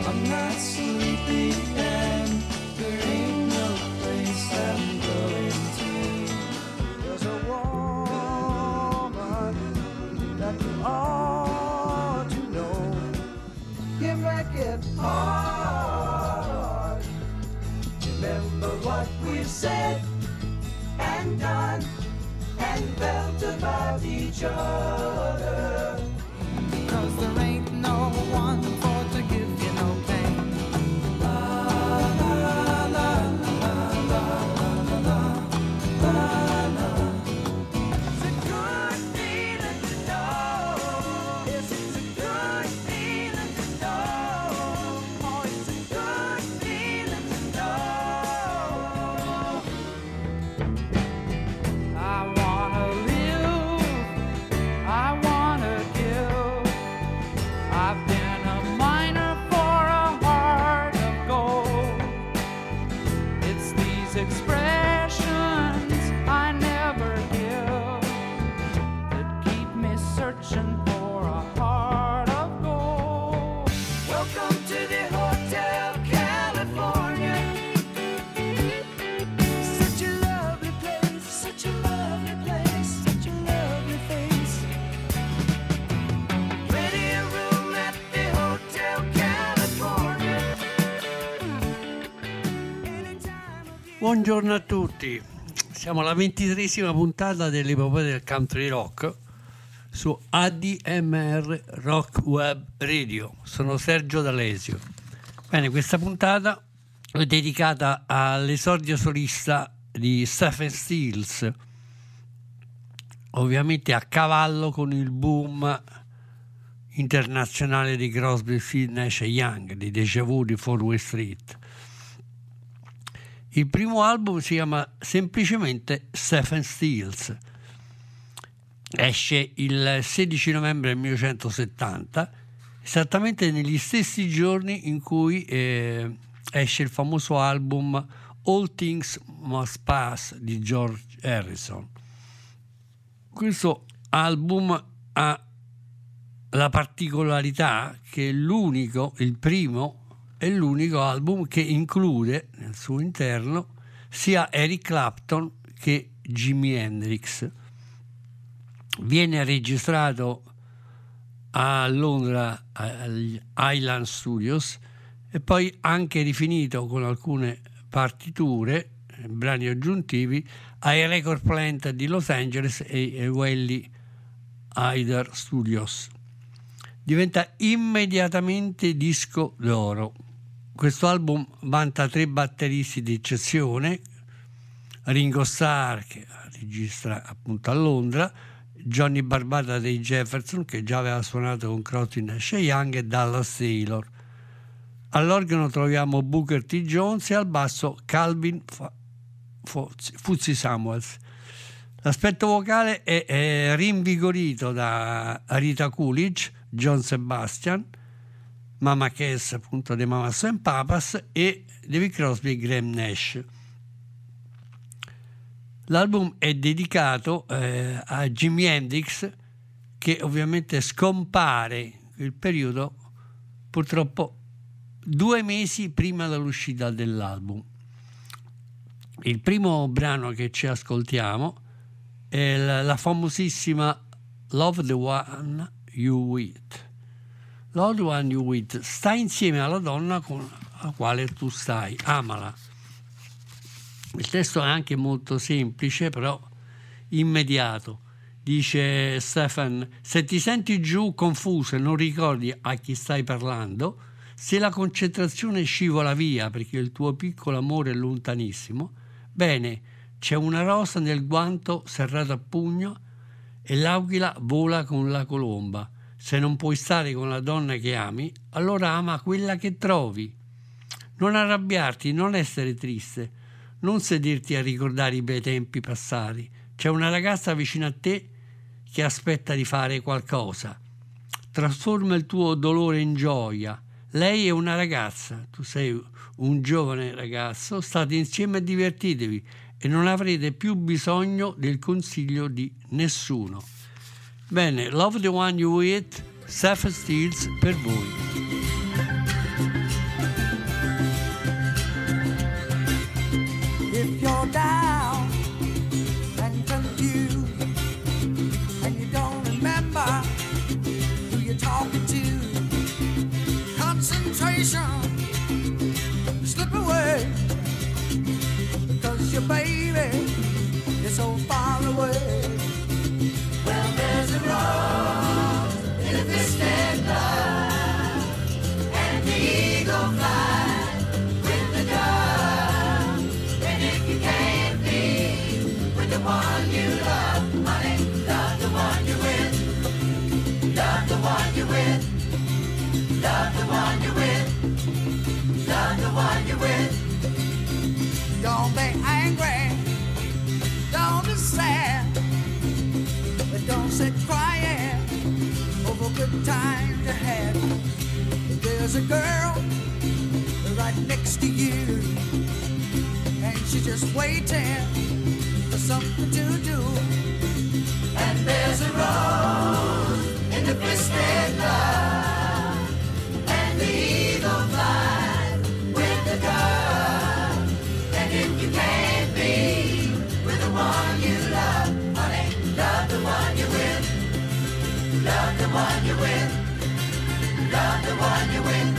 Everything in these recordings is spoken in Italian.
I'm not sleepy and there ain't no place I'm going to. There's a woman that you ought to know. You make it hard. Remember what we've said and done and felt about each other. 'Cause there ain't no one for to give you no pain. La la la la la la la la. It's a good feeling to know. Yes, it's a good feeling to know. Oh, it's a good feeling to know. I wanna live, I wanna give. I've been a miner for a heart of gold. It's these expressions I never give that keep me searching for a heart of gold. Welcome to the Hotel California. Such a lovely place, such a lovely place, such a lovely face. Ready a room at the Hotel California. Anytime of year. Buongiorno a tutti, siamo alla 23esima puntata dell'Epopea del Country Rock su ADMR Rock Web Radio. Sono Sergio D'Alesio. Bene, questa puntata è dedicata all'esordio solista di Stephen Stills, ovviamente a cavallo con il boom internazionale di Crosby, Stills, Nash Young, di Deja Vu, di Four Way Street. Il primo album si chiama semplicemente Stephen Stills, esce il 16 novembre 1970, esattamente negli stessi giorni in cui esce il famoso album All Things Must Pass di George Harrison. Questo album ha la particolarità che è il primo è l'unico album che include nel suo interno sia Eric Clapton che Jimi Hendrix. Viene registrato a Londra agli Island Studios e poi anche rifinito con alcune partiture, brani aggiuntivi, ai Record Plant di Los Angeles e ai Welly Hyder Studios. Diventa immediatamente disco d'oro. Questo album vanta 3 batteristi di eccezione: Ringo Starr, che registra appunto a Londra, Johnny Barbata dei Jefferson, che già aveva suonato con Crosby, Nash Young, e Dallas Taylor. All'organo troviamo Booker T. Jones e al basso Calvin Fuzzy Samuels. L'aspetto vocale è rinvigorito da Rita Coolidge, John Sebastian, Mama Cass, appunto dei Mamas and Papas, e David Crosby e Graham Nash. L'album è dedicato a Jimi Hendrix, che ovviamente scompare in quel periodo, purtroppo 2 mesi prima dell'uscita dell'album. Il primo brano che ci ascoltiamo è la famosissima Love the One You With. Love the One You With, sta insieme alla donna con la quale tu stai, amala. Il testo è anche molto semplice, però immediato. Dice Stephen: se ti senti giù confuso e non ricordi a chi stai parlando, se la concentrazione scivola via perché il tuo piccolo amore è lontanissimo, bene, c'è una rosa nel guanto serrato a pugno e l'aquila vola con la colomba. Se non puoi stare con la donna che ami, allora ama quella che trovi. Non arrabbiarti, non essere triste, non sederti a ricordare i bei tempi passati. C'è una ragazza vicino a te che aspetta di fare qualcosa. Trasforma il tuo dolore in gioia. Lei è una ragazza, tu sei un giovane ragazzo, state insieme e divertitevi e non avrete più bisogno del consiglio di nessuno. Bene, Love the One You With, Stephen Stills per voi. temptation to slip away, because your baby is so far away. Well, there's a rose in a twisted love, and the eagle flies with the dove. And if you can't be with the one you love, honey, love the one you're with. Love the one you're with. Love the one you're with. Love the one you're with. Don't be angry. Don't be sad. But don't sit crying over good times you had. There's a girl right next to you, and she's just waiting for something to do. And there's a rose in the twisted love, and the eagle flies with the dove. And if you can't be with the one you love, honey, love the one you're with. Love the one you're with. Love the one you're with.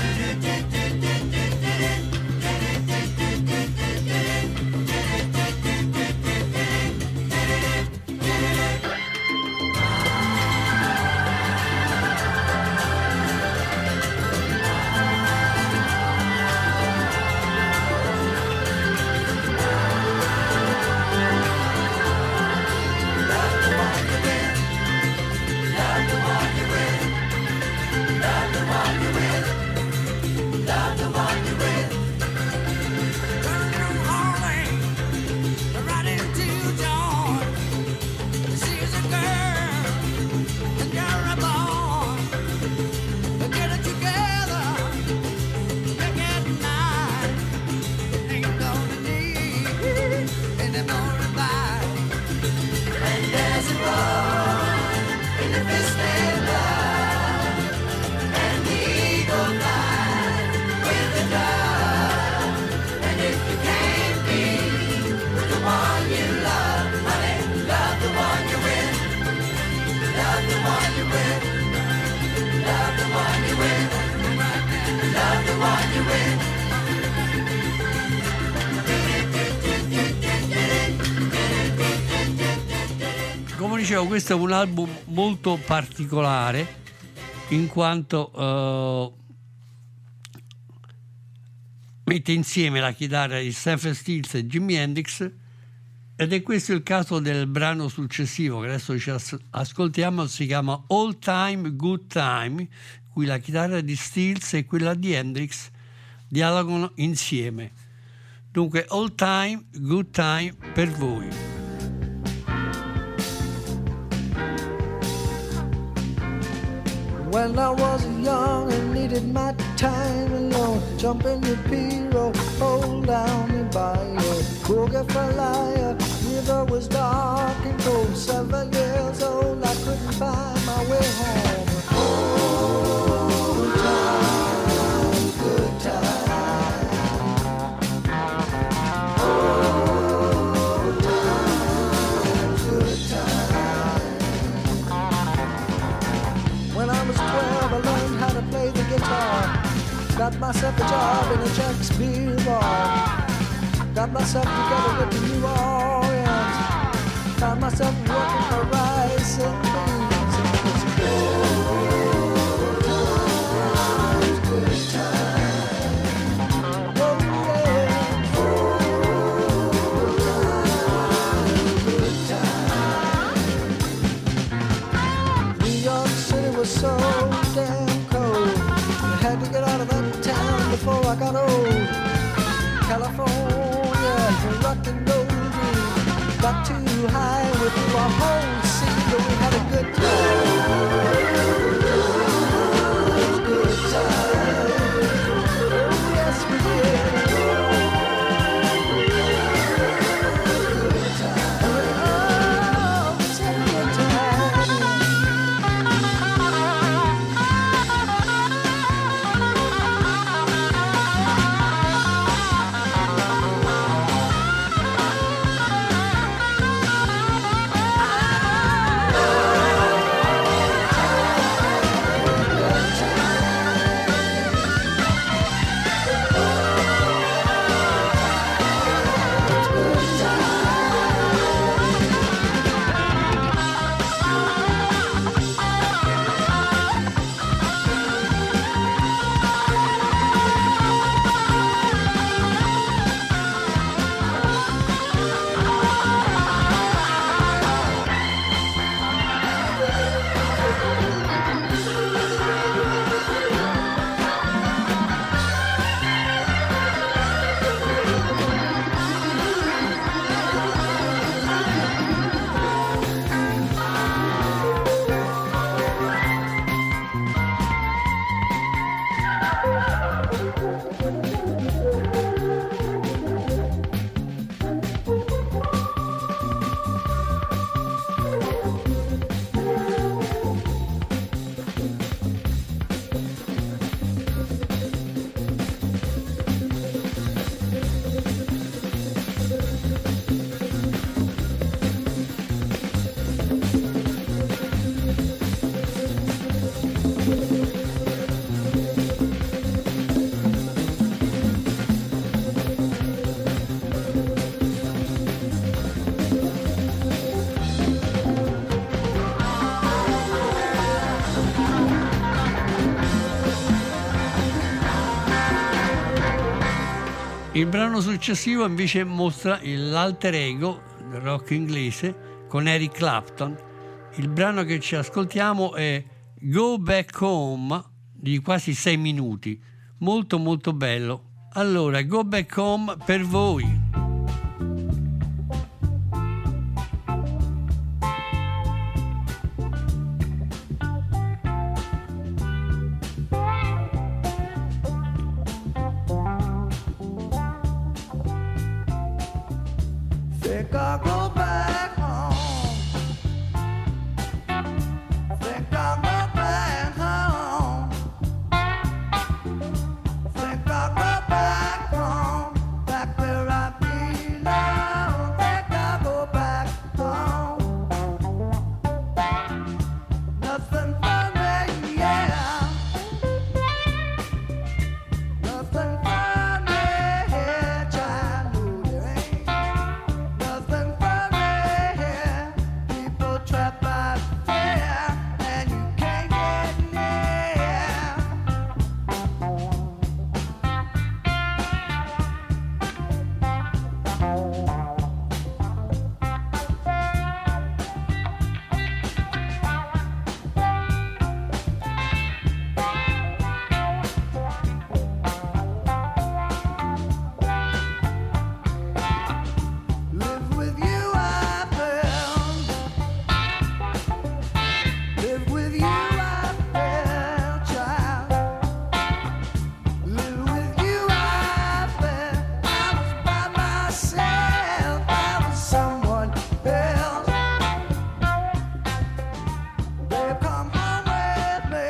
Come dicevo, questo è un album molto particolare in quanto mette insieme la chitarra di Stephen Stills e Jimi Hendrix, ed è questo il caso del brano successivo che adesso ci ascoltiamo. Si chiama All Time Good Time, in cui la chitarra di Stills e quella di Hendrix dialogano insieme. Dunque, All Time Good Time per voi. When I was young and needed my time alone, jump in your Piro, hold down your bio, go get for liar. River was dark and cold, 7 years old, I couldn't find my way home. Old times, good times. Old times, good times. When I was 12, I learned how to play the guitar. Got myself a job in a Jack's beer bar. Got myself together with the New Orleans. Found myself working for rice and beans. It was good times, good times. Oh yeah, good times, good times. New York City was so damn cold. I had to get out of that town before I got old. California, rock and roll dream. Got too high with our whole scene, but we had a good time. Good time. Oh, yes, we did. Good time. Oh, we had a good time. Il brano successivo invece mostra l'alter ego del rock inglese con Eric Clapton. Il brano che ci ascoltiamo è Go Back Home di quasi 6 minuti, molto molto bello. Allora, Go Back Home per voi. Think I'll go back home. Think I'll go back home. Think I'll go back home, back where I belong. Think I'll go back home. Nothing for me, yeah. Nothing for me, child. No, there ain't nothing for me. People trapped by fear, and you can't get near. Live with you, I found. Live with you, I found, child. Live with you, I found. I was by myself. I was someone else. Babe, come home with me.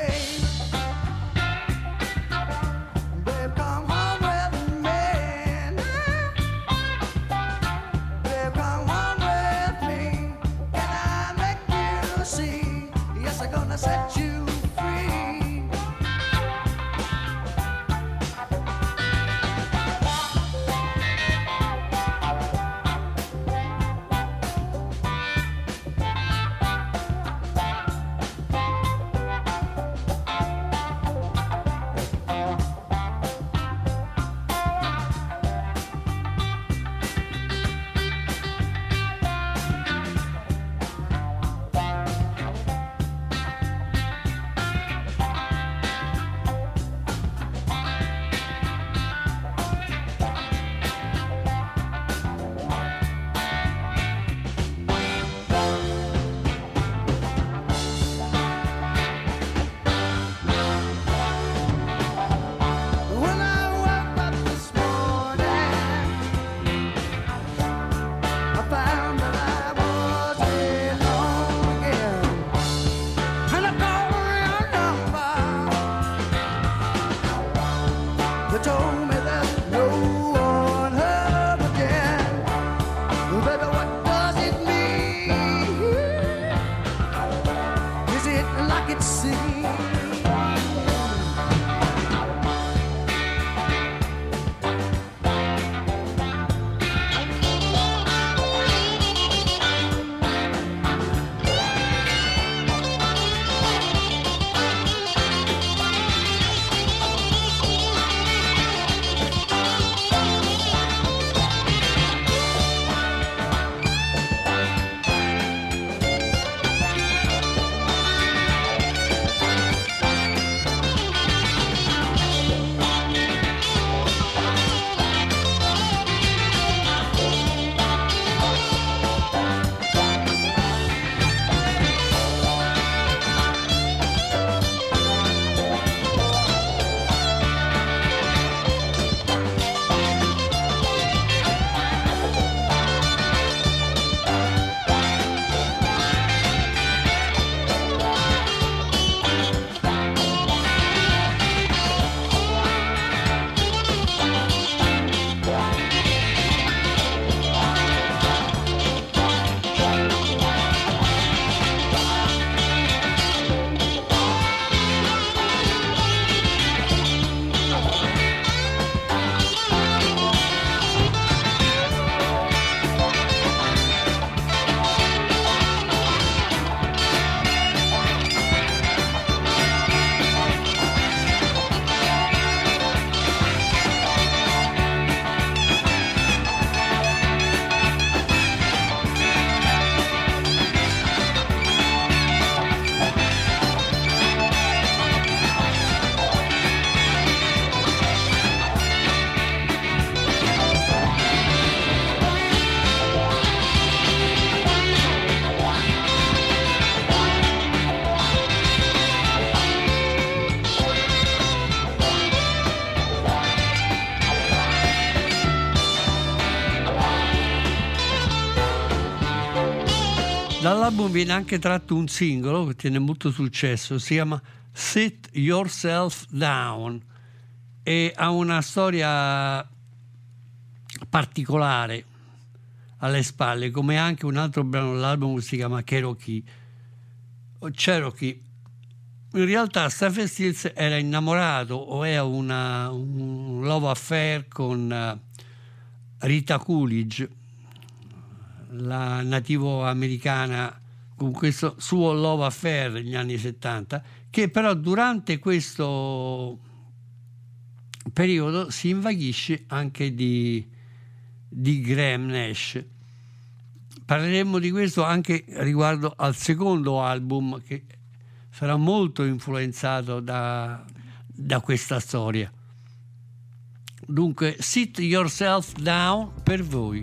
Babe, come home with me. Babe, come home with me. Can I make you see? Yes, I'm gonna set you free. When I woke up this morning, I found that I was alone again. And I called your number. They told me that no one home again. Baby, what does it mean? Is it like it seems? Dall'album viene anche tratto un singolo che tiene molto successo, si chiama Sit Yourself Down e ha una storia particolare alle spalle, come anche un altro brano dell'album che si chiama Cherokee. In realtà Stephen Stills era innamorato o è un love affair con Rita Coolidge, la nativo americana, con questo suo love affair negli anni 70, che però durante questo periodo si invaghisce anche di Graham Nash. Parleremo di questo anche riguardo al secondo album, che sarà molto influenzato da questa storia. Dunque, Sit Yourself Down per voi.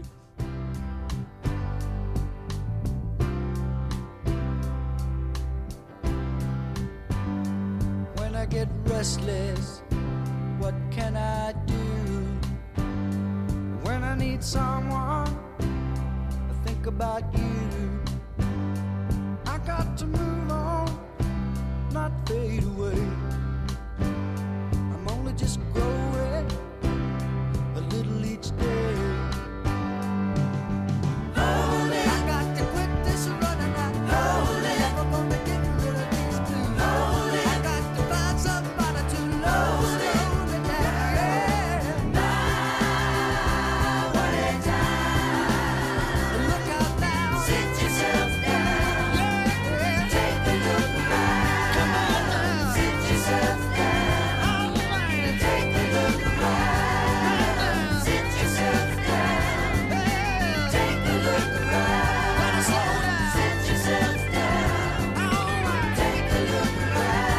When I get restless, what can I do? When I need someone, I think about you. I got to move on, not fade away. I'm only just growing a little each day. Hold it. I got to quit this running out. Hold it. Never gonna get rid of these blues. Hold it. I got to find somebody to love me down. Now, what a time. Look out now. Sit yourself down. Yeah. Take a look around. Come on now. Sit yourself down. All right. Take a look around. Sit yourself down. Yeah. Take a look around. Gotta slow down. Sit yourself down. All right. Take a look around.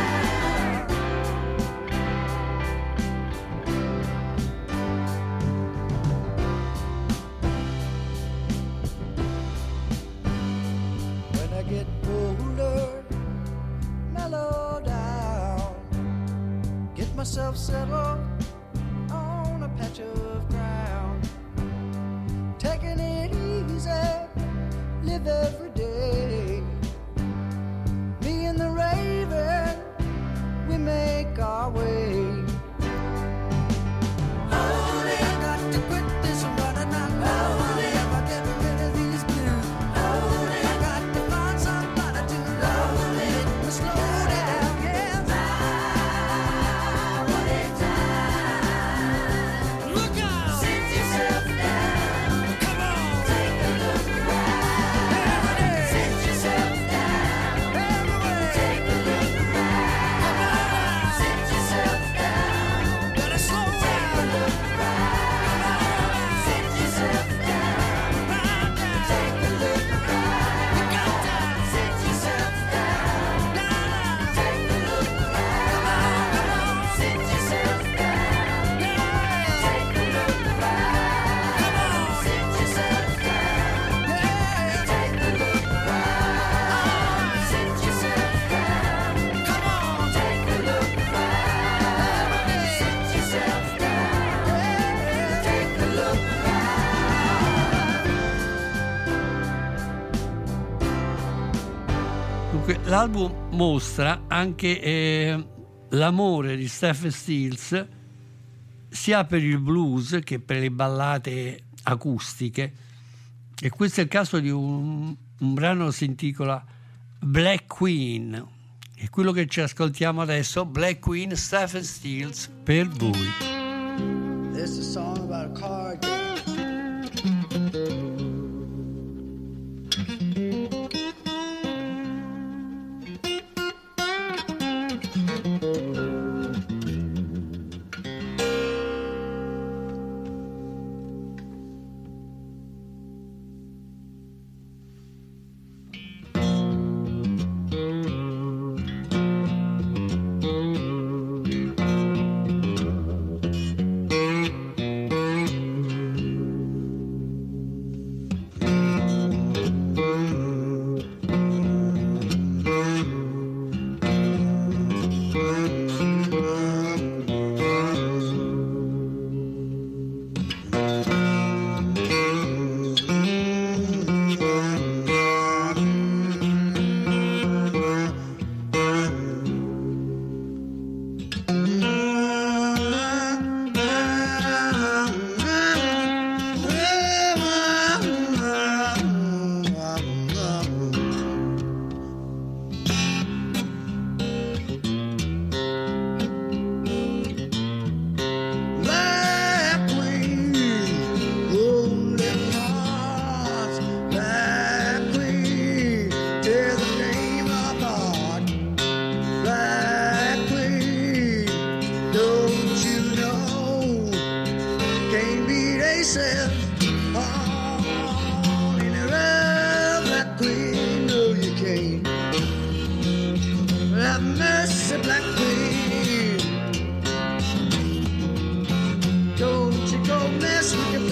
When I get older, mellow down, get myself settled on a patch of ground, taking it easy, live every day. Me and the raven, we make our way. Hold it. I got to quit this running out. Hold it. Never get rid of these blues. Hold it. I got to find somebody to love it. Make me slow down, yeah. What a time. Look out. Sit yourself down. Come on. Take a look around. Every day. Sit yourself down. Everywhere. Take a look around. Come on now. Sit yourself down. Gotta slow down. Take a look around. Come on now. Sit yourself down. Right down. Take a look around. You got time. Sit yourself down. Down now. Take a look around. Come on. Sit yourself down. Yeah. Take a look around. Come on. Sit yourself down. Yeah. Take a look around. Sit yourself down. Come on. Take a look around. Sit yourself down. Yeah. Take a look around. Dunque, l'album mostra anche l'amore di Stephen Stills sia per il blues che per le ballate acustiche, e questo è il caso di un brano che si intitola Black Queen, e quello che ci ascoltiamo adesso, Black Queen, Stephen Stills, per voi. This is a song about a card game.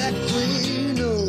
Black Queen, oh.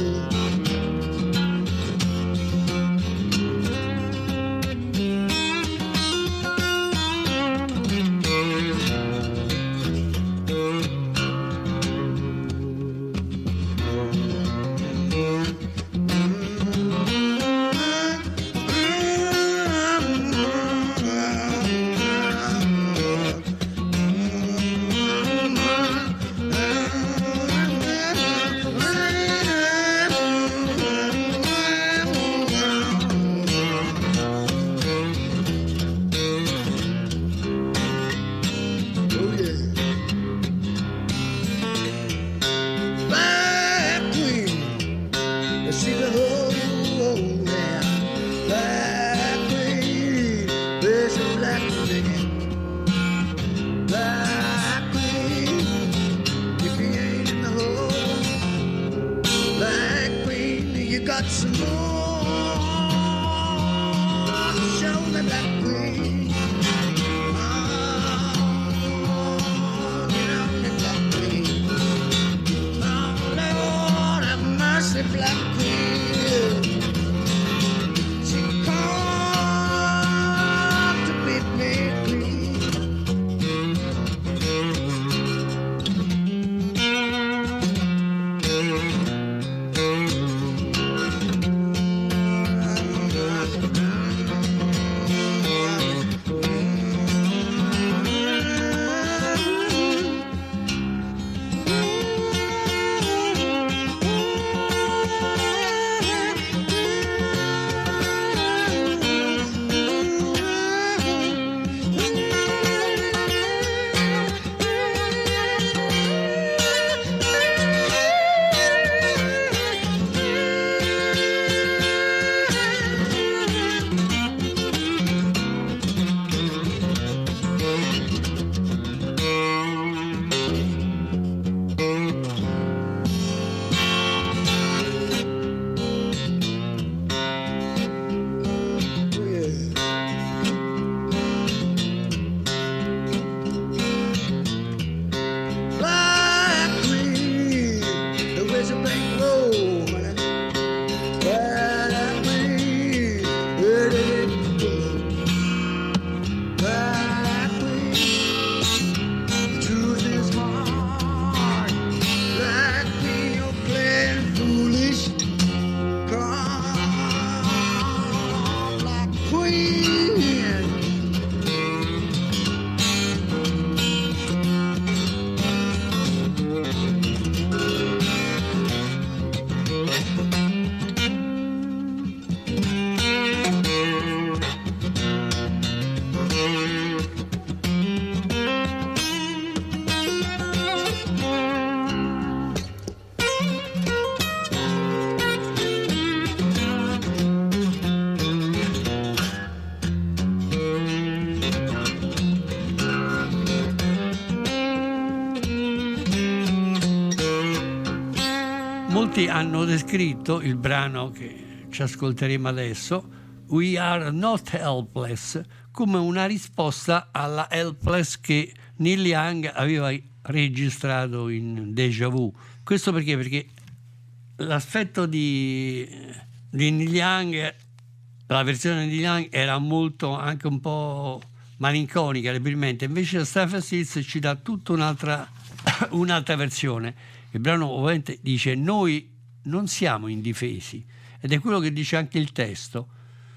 Molti hanno descritto il brano che ci ascolteremo adesso, We Are Not Helpless, come una risposta alla Helpless che Neil Young aveva registrato in Deja Vu. Questo perché? Perché l'aspetto di Neil Young, la versione di Neil Young era molto, anche un po' malinconica, deprimente, invece Stephen Stills ci dà tutta un'altra versione. Il brano ovviamente dice: noi non siamo indifesi, ed è quello che dice anche il testo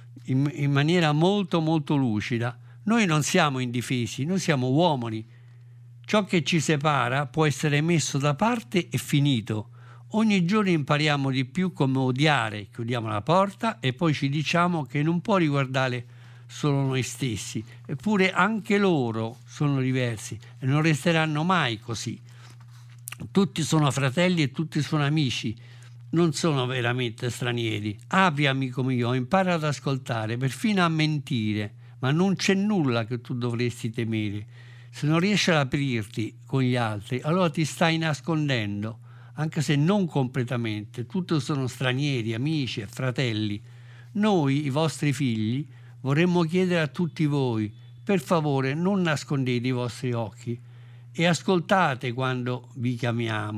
in maniera molto molto lucida. Noi non siamo indifesi, noi siamo uomini. Ciò che ci separa può essere messo da parte e finito. Ogni giorno impariamo di più come odiare, chiudiamo la porta e poi ci diciamo che non può riguardare solo noi stessi, eppure anche loro sono diversi e non resteranno mai così. Tutti sono fratelli e tutti sono amici, non sono veramente stranieri. Apri, amico mio, impara ad ascoltare, perfino a mentire, ma non c'è nulla che tu dovresti temere. Se non riesci ad aprirti con gli altri, allora ti stai nascondendo, anche se non completamente. Tutti sono stranieri, amici e fratelli. Noi, i vostri figli, vorremmo chiedere a tutti voi: per favore non nascondete i vostri occhi e ascoltate quando vi chiamiamo.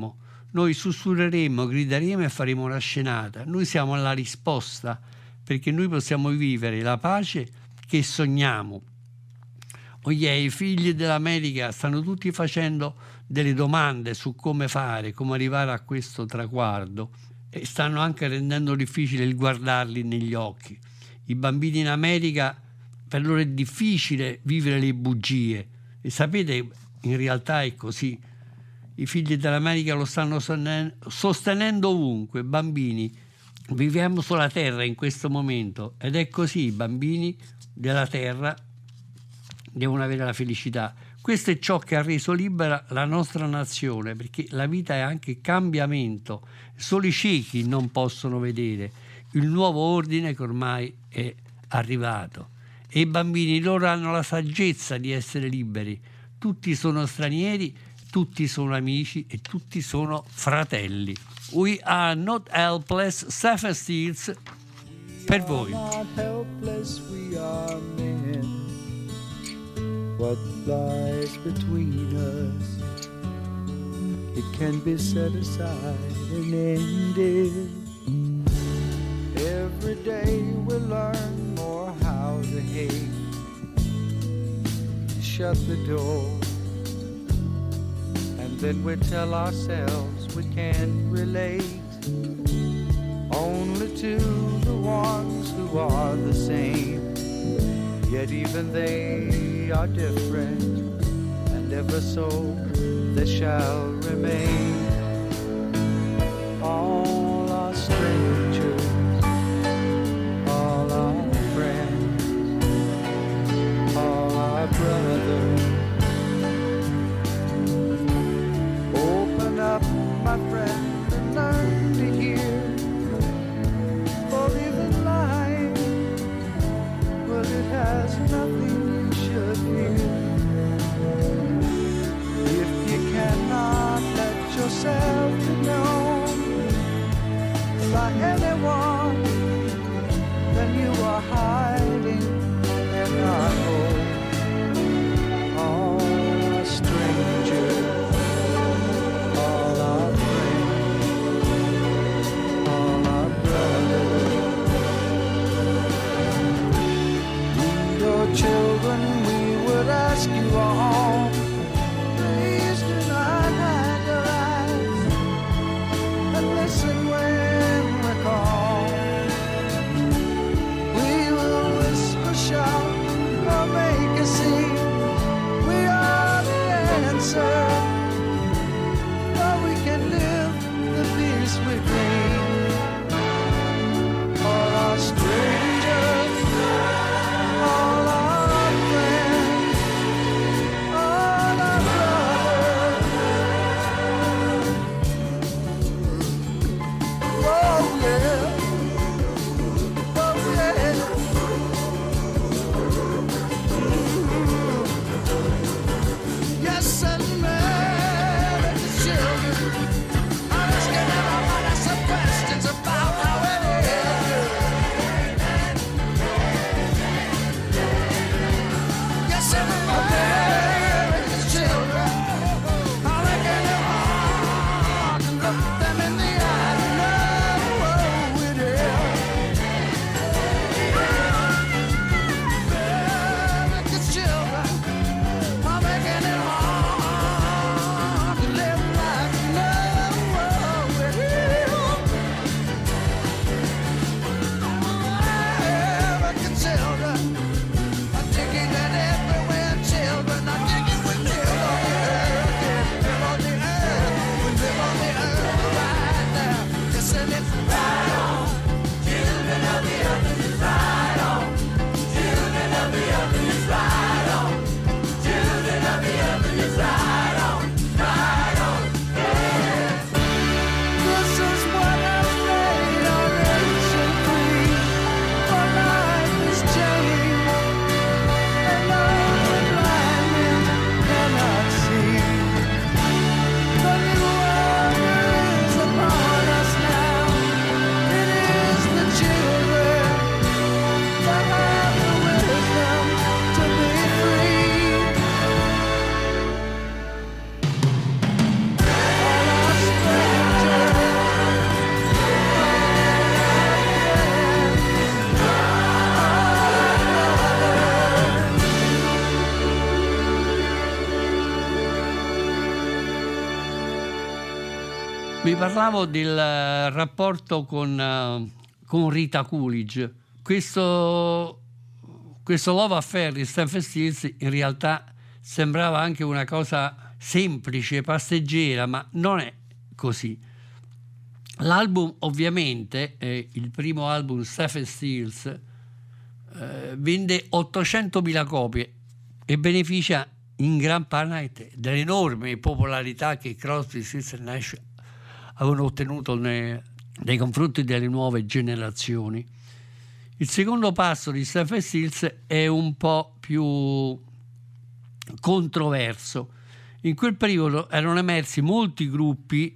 Noi sussurreremo, grideremo e faremo una scenata. Noi siamo la risposta, perché noi possiamo vivere la pace che sogniamo. I figli dell'America stanno tutti facendo delle domande su come fare, come arrivare a questo traguardo, e stanno anche rendendo difficile il guardarli negli occhi. I bambini in America, per loro è difficile vivere le bugie, e sapete, in realtà è così. I figli dell'America lo stanno sostenendo ovunque. Bambini, viviamo sulla terra in questo momento, ed è così. I bambini della terra devono avere la felicità. Questo è ciò che ha reso libera la nostra nazione, perché la vita è anche cambiamento. Solo i ciechi non possono vedere il nuovo ordine che ormai è arrivato. E i bambini, loro hanno la saggezza di essere liberi. Tutti sono stranieri, tutti sono amici e tutti sono fratelli. We are not helpless, Stephen Stills per voi. We are not helpless, we are men. What lies between us, it can be set aside and ended. Every day we learn more how to hate. Shut the door, and then we tell ourselves we can't relate. Only to the ones who are the same. Yet even they are different, and ever so they shall remain. All are strangers, all are friends, all are brothers. Open up, my friend, and learn to hear. For even lying, well, it has nothing you should fear. If you cannot let yourself be known by anyone, then you are hiding in our home. All are strangers, all are friends, all are brothers. Your children, we would ask you all, please do not hide your eyes and listen when we call. We will Vi parlavo del rapporto con Rita Coolidge. Questo love affair di Stephen Stills in realtà sembrava anche una cosa semplice, passeggera, ma non è così. L'album, ovviamente, il primo album Stephen Stills, vende 800.000 copie e beneficia in gran parte dell'enorme popolarità che Crosby, Stills e Nash avevano ottenuto nei confronti delle nuove generazioni. Il secondo passo di Stephen Stills è un po' più controverso. In quel periodo erano emersi molti gruppi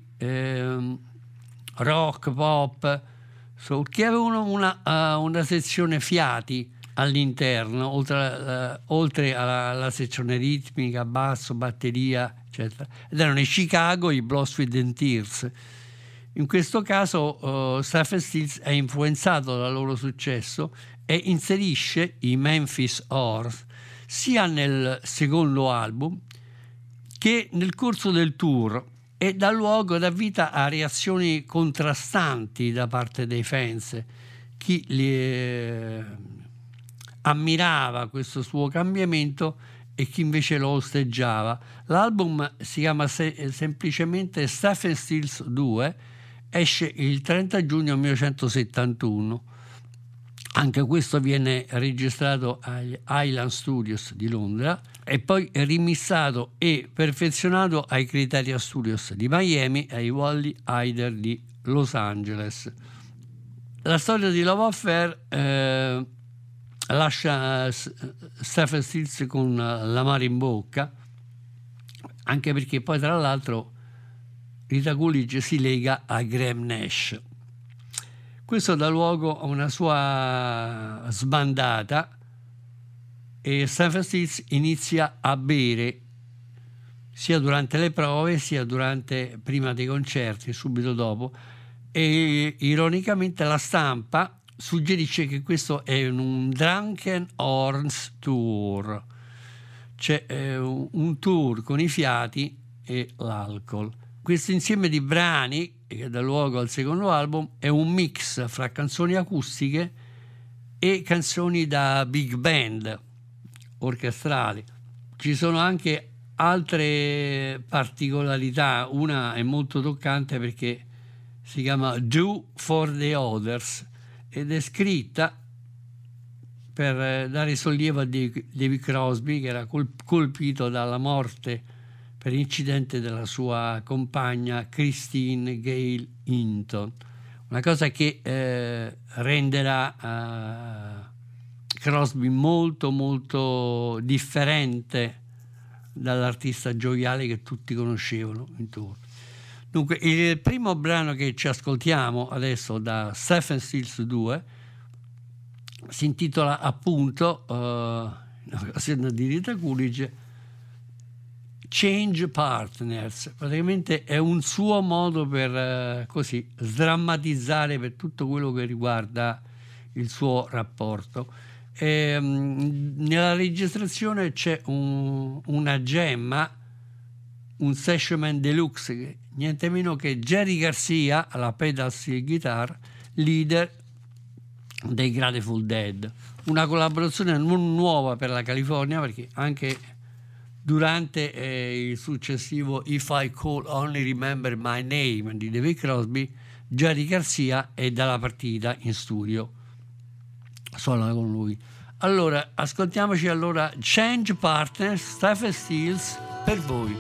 rock, pop, che avevano una sezione fiati all'interno, oltre alla sezione ritmica, basso, batteria, eccetera. Ed erano i Chicago, i Blood, Sweat and Tears. In questo caso Stephen Stills è influenzato dal loro successo e inserisce i Memphis Horse sia nel secondo album che nel corso del tour, e dà vita a reazioni contrastanti da parte dei fans. Chi ammirava questo suo cambiamento e chi invece lo osteggiava. L'album si chiama semplicemente Stephen Stills 2, esce il 30 giugno 1971. Anche questo viene registrato agli Island Studios di Londra e poi rimissato e perfezionato ai Criteria Studios di Miami e ai Wally Heider di Los Angeles. La storia di Love Affair lascia Stephen Stills con l'amaro in bocca, anche perché poi tra l'altro Rita Coolidge si lega a Graham Nash. Questo dà luogo a una sua sbandata e Stephen Stills inizia a bere sia durante le prove sia prima dei concerti, subito dopo, e ironicamente la stampa suggerisce che questo è un Drunken Horns Tour, cioè un tour con i fiati e l'alcol. Questo insieme di brani che dà luogo al secondo album è un mix fra canzoni acustiche e canzoni da big band orchestrali. Ci sono anche altre particolarità, una è molto toccante perché si chiama Do for the Others ed è scritta per dare sollievo a David Crosby, che era colpito dalla morte per incidente della sua compagna Christine Gale Hinton, una cosa che renderà Crosby molto molto differente dall'artista gioviale che tutti conoscevano in tour. Dunque il primo brano che ci ascoltiamo adesso da Stephen Stills 2 si intitola appunto in occasione di Rita Coolidge Change Partners. Praticamente è un suo modo per così sdrammatizzare per tutto quello che riguarda il suo rapporto. Nella registrazione c'è una gemma, un session deluxe, che niente meno che Jerry Garcia alla pedal steel guitar, leader dei Grateful Dead. Una collaborazione non nuova per la California, perché anche durante il successivo If I Could Only Remember My Name di David Crosby, Jerry Garcia è dalla partita in studio, suona con lui. Allora ascoltiamoci Change Partners, Stephen Stills per voi.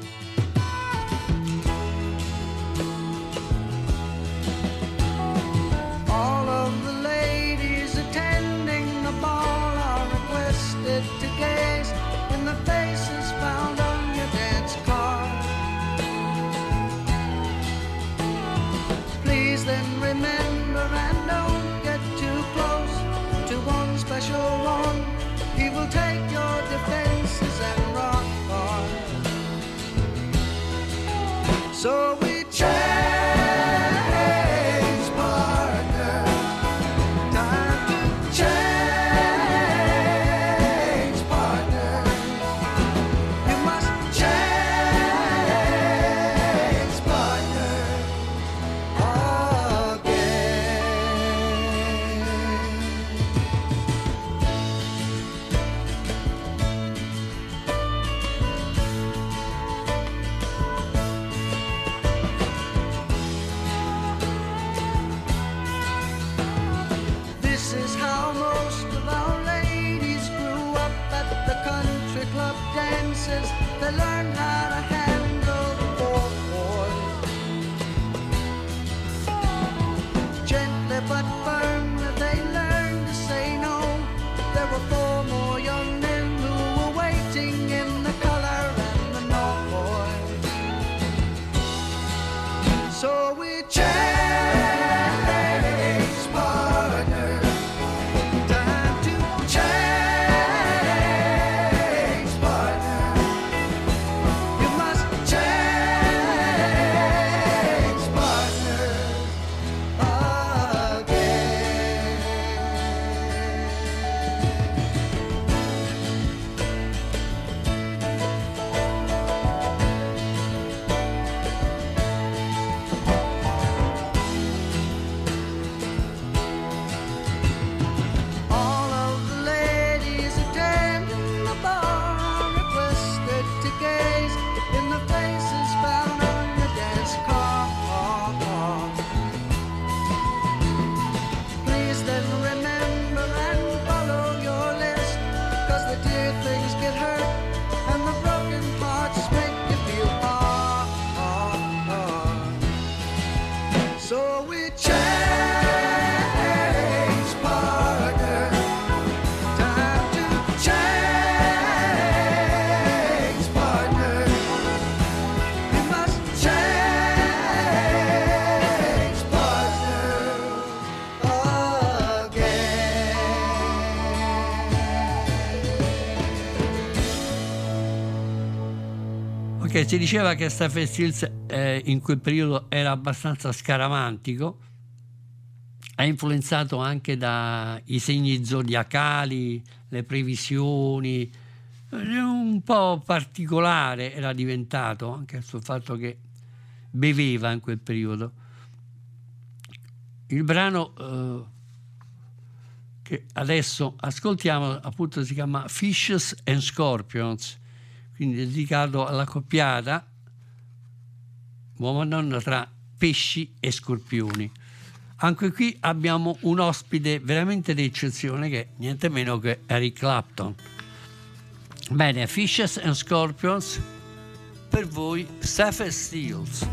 All of the ladies attending the ball are requested to gaze in the faces found on your dance card. Please then remember and don't get too close to one special one. He will take your defenses and rock hard. So we change partners. Time to change partners. You must change partners. Ok, si diceva che Cypress Hills in quel periodo era abbastanza scaramantico, è influenzato anche dai segni zodiacali, le previsioni, un po' particolare era diventato anche sul fatto che beveva in quel periodo. Il brano che adesso ascoltiamo appunto si chiama Fishes and Scorpions, quindi dedicato alla coppiata uomo e donna tra pesci e scorpioni. Anche qui abbiamo un ospite veramente d'eccezione che è niente meno che Eric Clapton. Bene, Fishes and Scorpions, per voi Cypress Hills.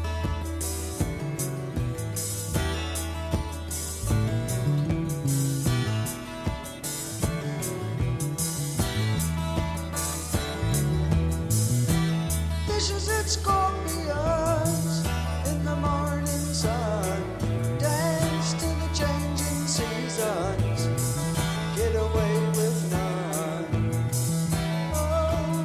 Fishes and scorpions in the morning sun, dance to the changing seasons, get away with none. Oh.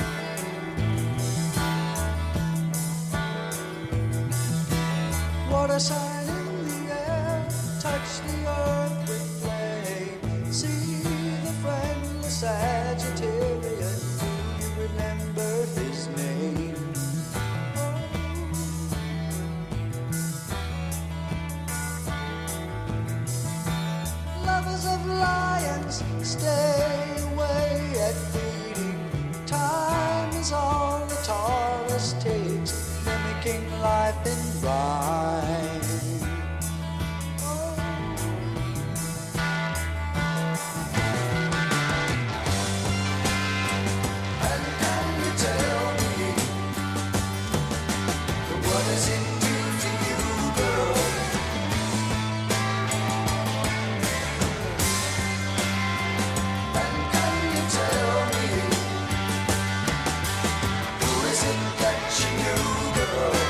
Water sign in the air, touch the earth with flame, see the friendly Sagittarian, do you remember his name? Lovers of lions, stay away at feeding. Time is all the Taurus takes, mimicking life in rhyme. Oh. And can you tell me, what does it do to you, girl? And can you tell me, who is it that you knew, girl?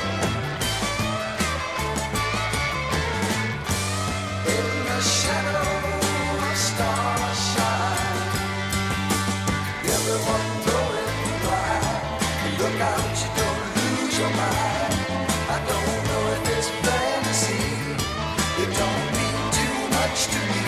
In the shadow of starshine, everyone going by. Look out, you don't lose your mind. I don't know if it's fantasy, it don't mean too much to me.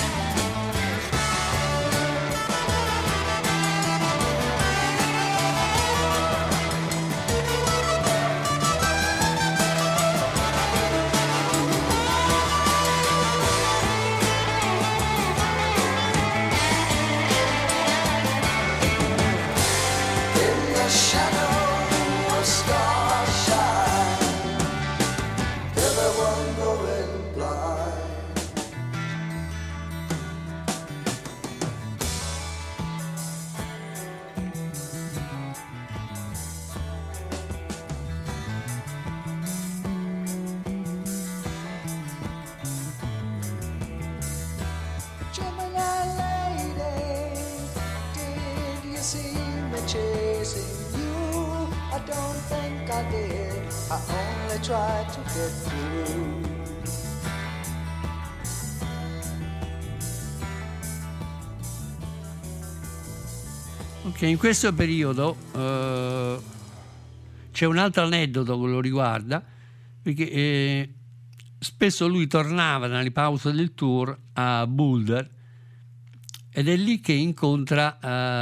In the shadow of starshine, everyone going blind. Gemini lady, did you see me chasing you? I don't think I did, I only tried to get through. Ok, in questo periodo c'è un altro aneddoto che lo riguarda, perché spesso lui tornava dalle pause del tour a Boulder ed è lì che incontra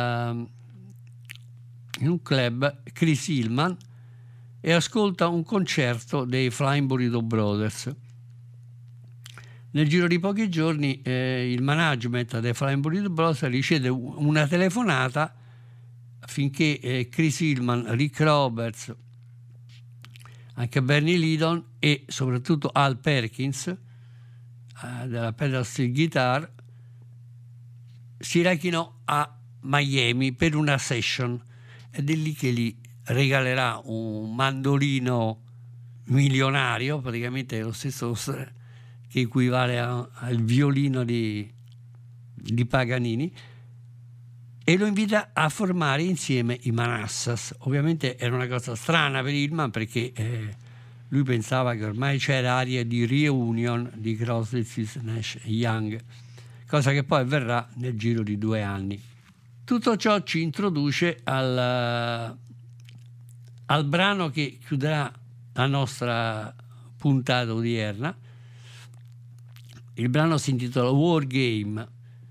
in un club Chris Hillman e ascolta un concerto dei Flying Burrito Brothers. Nel giro di pochi giorni il management dei Flying Burrito Brothers riceve una telefonata affinché Chris Hillman, Rick Roberts, anche Bernie Lidon e soprattutto Al Perkins della Pedal Steel Guitar si rechino a Miami per una session ed è lì che gli regalerà un mandolino milionario, praticamente lo stesso che equivale al violino di Paganini, e lo invita a formare insieme i Manassas. Ovviamente era una cosa strana per Hillman perché lui pensava che ormai c'era aria di reunion di Crosby, Stills, Nash e Young, cosa che poi avverrà nel giro di 2 anni. Tutto ciò ci introduce al al brano che chiuderà la nostra puntata odierna. Il brano si intitola War Game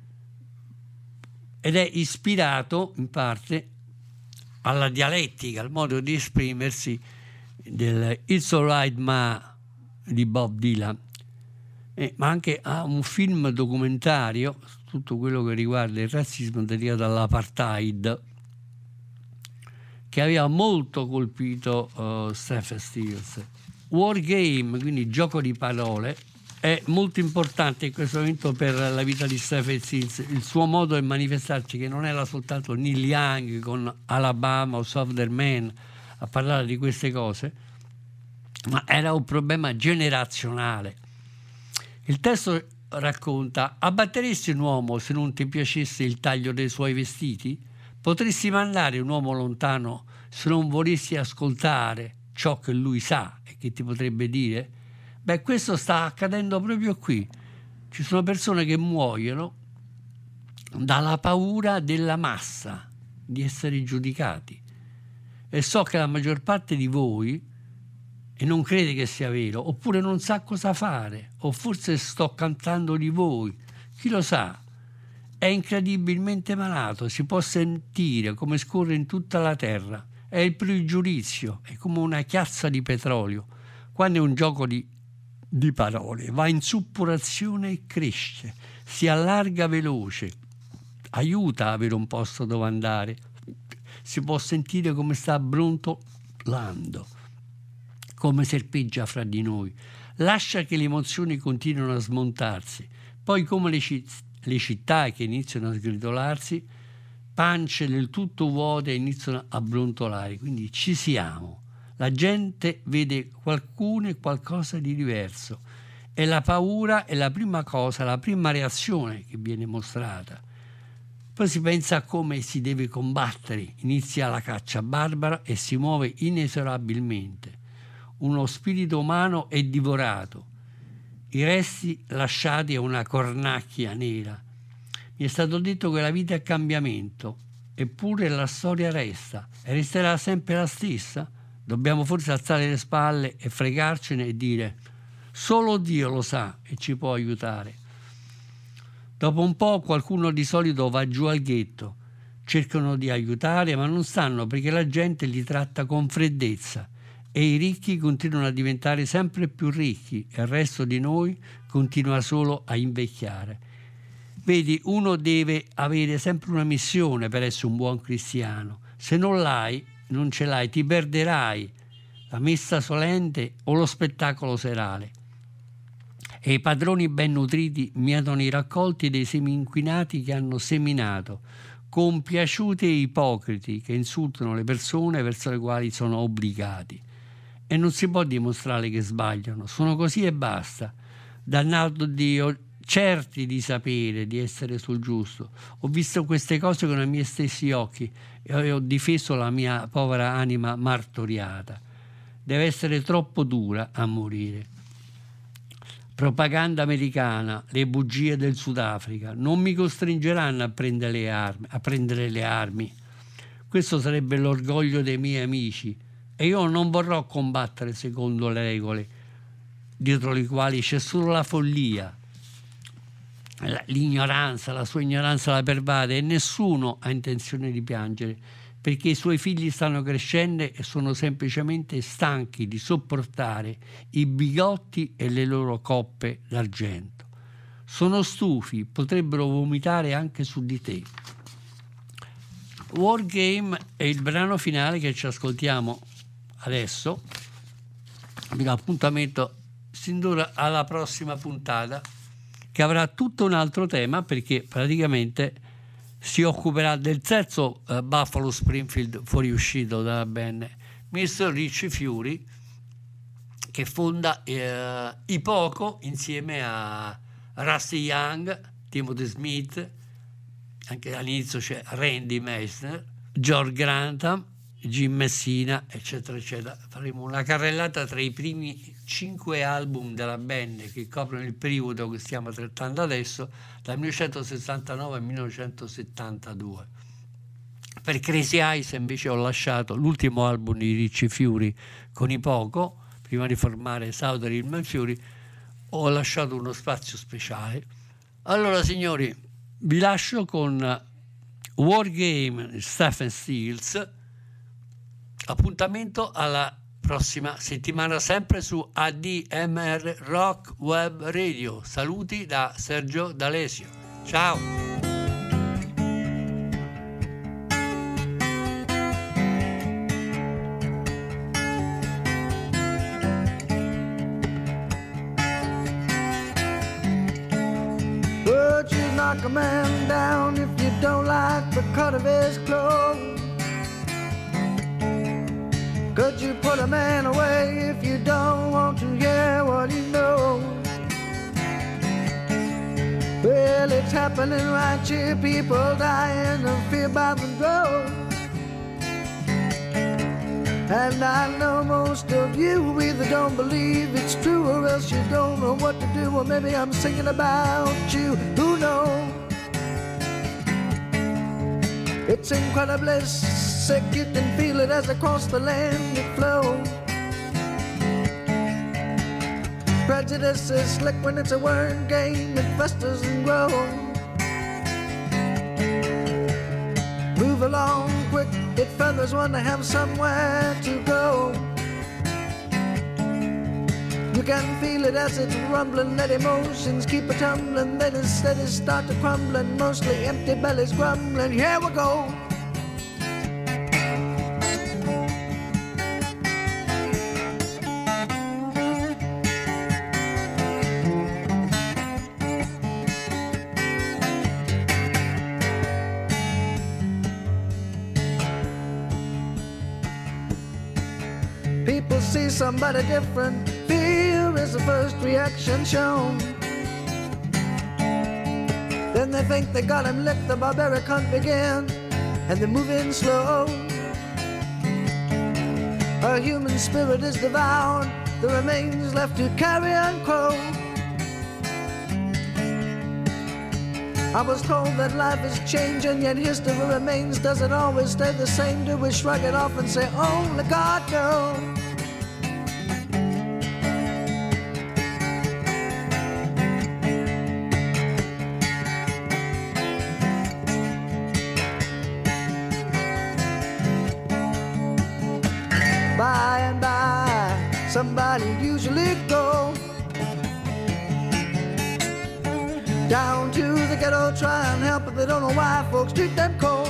ed è ispirato in parte alla dialettica, al modo di esprimersi del It's Alright Ma di Bob Dylan, ma anche a un film documentario su tutto quello che riguarda il razzismo derivato dall'apartheid, che aveva molto colpito Stephen Stills. War Game, quindi gioco di parole, è molto importante in questo momento per la vita di Stephen Stills. Il suo modo di manifestarsi, che non era soltanto Neil Young con Alabama o Southern Man a parlare di queste cose, ma era un problema generazionale. Il testo racconta: abbatteresti un uomo se non ti piacesse il taglio dei suoi vestiti? Potresti mandare un uomo lontano se non volessi ascoltare ciò che lui sa e che ti potrebbe dire? Beh, questo sta accadendo proprio qui. Ci sono persone che muoiono dalla paura della massa, di essere giudicati. E so che la maggior parte di voi, e non crede che sia vero, oppure non sa cosa fare, o forse sto cantando di voi, chi lo sa, è incredibilmente malato, si può sentire come scorre in tutta la terra, è il pregiudizio, è come una chiazza di petrolio, quando è un gioco di parole, va in suppurazione e cresce, si allarga veloce, aiuta a avere un posto dove andare, si può sentire come sta brontolando, come serpeggia fra di noi, lascia che le emozioni continuino a smontarsi, poi come le città che iniziano a sgretolarsi, pance del tutto vuote iniziano a brontolare, quindi ci siamo. La gente vede qualcuno e qualcosa di diverso e la paura è la prima cosa, la prima reazione che viene mostrata. Poi si pensa a come si deve combattere, inizia la caccia barbara e si muove inesorabilmente. Uno spirito umano è divorato, i resti lasciati a una cornacchia nera. Mi è stato detto che la vita è cambiamento, eppure la storia resta e resterà sempre la stessa. Dobbiamo forse alzare le spalle e fregarcene e dire: solo Dio lo sa e ci può aiutare. Dopo un po' qualcuno di solito va giù al ghetto, cercano di aiutare ma non stanno perché la gente li tratta con freddezza e i ricchi continuano a diventare sempre più ricchi e il resto di noi continua solo a invecchiare. Vedi, uno deve avere sempre una missione per essere un buon cristiano. Se non ce l'hai, ti perderai la messa solenne o lo spettacolo serale. E i padroni ben nutriti mietono i raccolti dei semi inquinati che hanno seminato, compiaciuti e ipocriti che insultano le persone verso le quali sono obbligati. E non si può dimostrare che sbagliano, sono così e basta. Dannato Dio, certi di sapere, di essere sul giusto. Ho visto queste cose con i miei stessi occhi e ho difeso la mia povera anima martoriata. Deve essere troppo dura a morire. Propaganda americana, le bugie del Sudafrica non mi costringeranno a prendere le armi. Questo sarebbe l'orgoglio dei miei amici e io non vorrò combattere secondo le regole dietro le quali c'è solo la follia. L'ignoranza, la sua ignoranza la pervade e nessuno ha intenzione di piangere perché i suoi figli stanno crescendo e sono semplicemente stanchi di sopportare i bigotti e le loro coppe d'argento. Sono stufi, potrebbero vomitare anche su di te. War Game è il brano finale che ci ascoltiamo adesso. Vi do appuntamento sin d'ora alla prossima puntata, che avrà tutto un altro tema perché praticamente si occuperà del terzo Buffalo Springfield fuoriuscito dalla band, Mr. Ricci Fury, che fonda i Poco insieme a Rusty Young, Timothy Smith, anche all'inizio c'è Randy Meisner, George Grantham, Jim Messina, eccetera, eccetera. Faremo una carrellata tra i primi 5 album della band che coprono il periodo che stiamo trattando adesso, dal 1969 al 1972. Per Crazy Eyes invece ho lasciato l'ultimo album di Ricci Fury con i Poco, prima di formare Souther Hillman Fury, ho lasciato uno spazio speciale. Allora signori, vi lascio con War Game Stephen Stills. Appuntamento alla prossima settimana sempre su ADMR Rock Web Radio. Saluti da Sergio D'Alesio. Ciao. Knock a man down if you don't like the cut of his clothes. Could you put a man away if you don't want to hear what he knows? Well, it's happening right here, people dying of fear by the droves. And I know most of you either don't believe it's true or else you don't know what to do. Or maybe I'm singing about you, who knows? It's incredibly sick, you can feel it as across the land it flows. Prejudice is slick when it's a word game, it festers and grows. Move along quick, it feathers one to have somewhere to go. You can feel it as it's rumbling, let emotions keep a tumbling, then instead it start to crumbling, mostly empty bellies grumbling. Here we go. People see somebody different, fear is the first reaction shown. Then they think they got him licked, the barbaric hunt begin, and they move in slow. A human spirit is devoured, the remains left to carry and crow. I was told that life is changing, yet history remains. Does it always stay the same? Do we shrug it off and say, only God knows? By and by, somebody usually go down to the ghetto, try and help, but they don't know why folks treat them cold.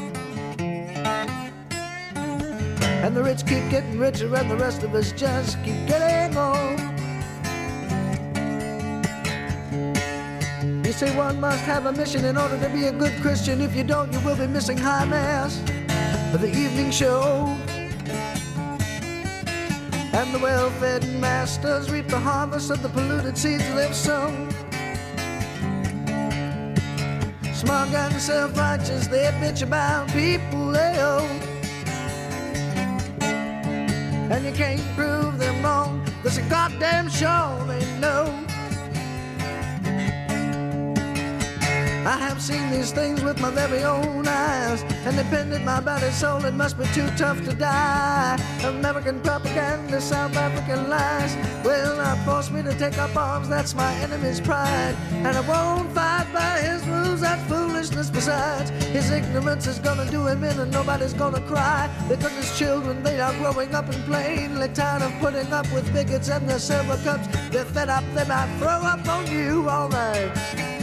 And the rich keep getting richer and the rest of us just keep getting old. You say one must have a mission in order to be a good Christian. If you don't, you will be missing high mass for the evening show. And the well-fed masters reap the harvest of the polluted seeds they've sown. Smug and self-righteous, they bitch about people they owe. And you can't prove them wrong, there's a goddamn show they know. I have seen these things with my very own eyes, and depended my body soul, it must be too tough to die. American propaganda, South African lies will not force me to take up arms, that's my enemy's pride. And I won't fight by his rules, that's foolishness besides. His ignorance is gonna do him in and nobody's gonna cry, because his children, they are growing up and plainly tired of putting up with bigots and their silver cups. They're fed up, they might throw up on you, alright.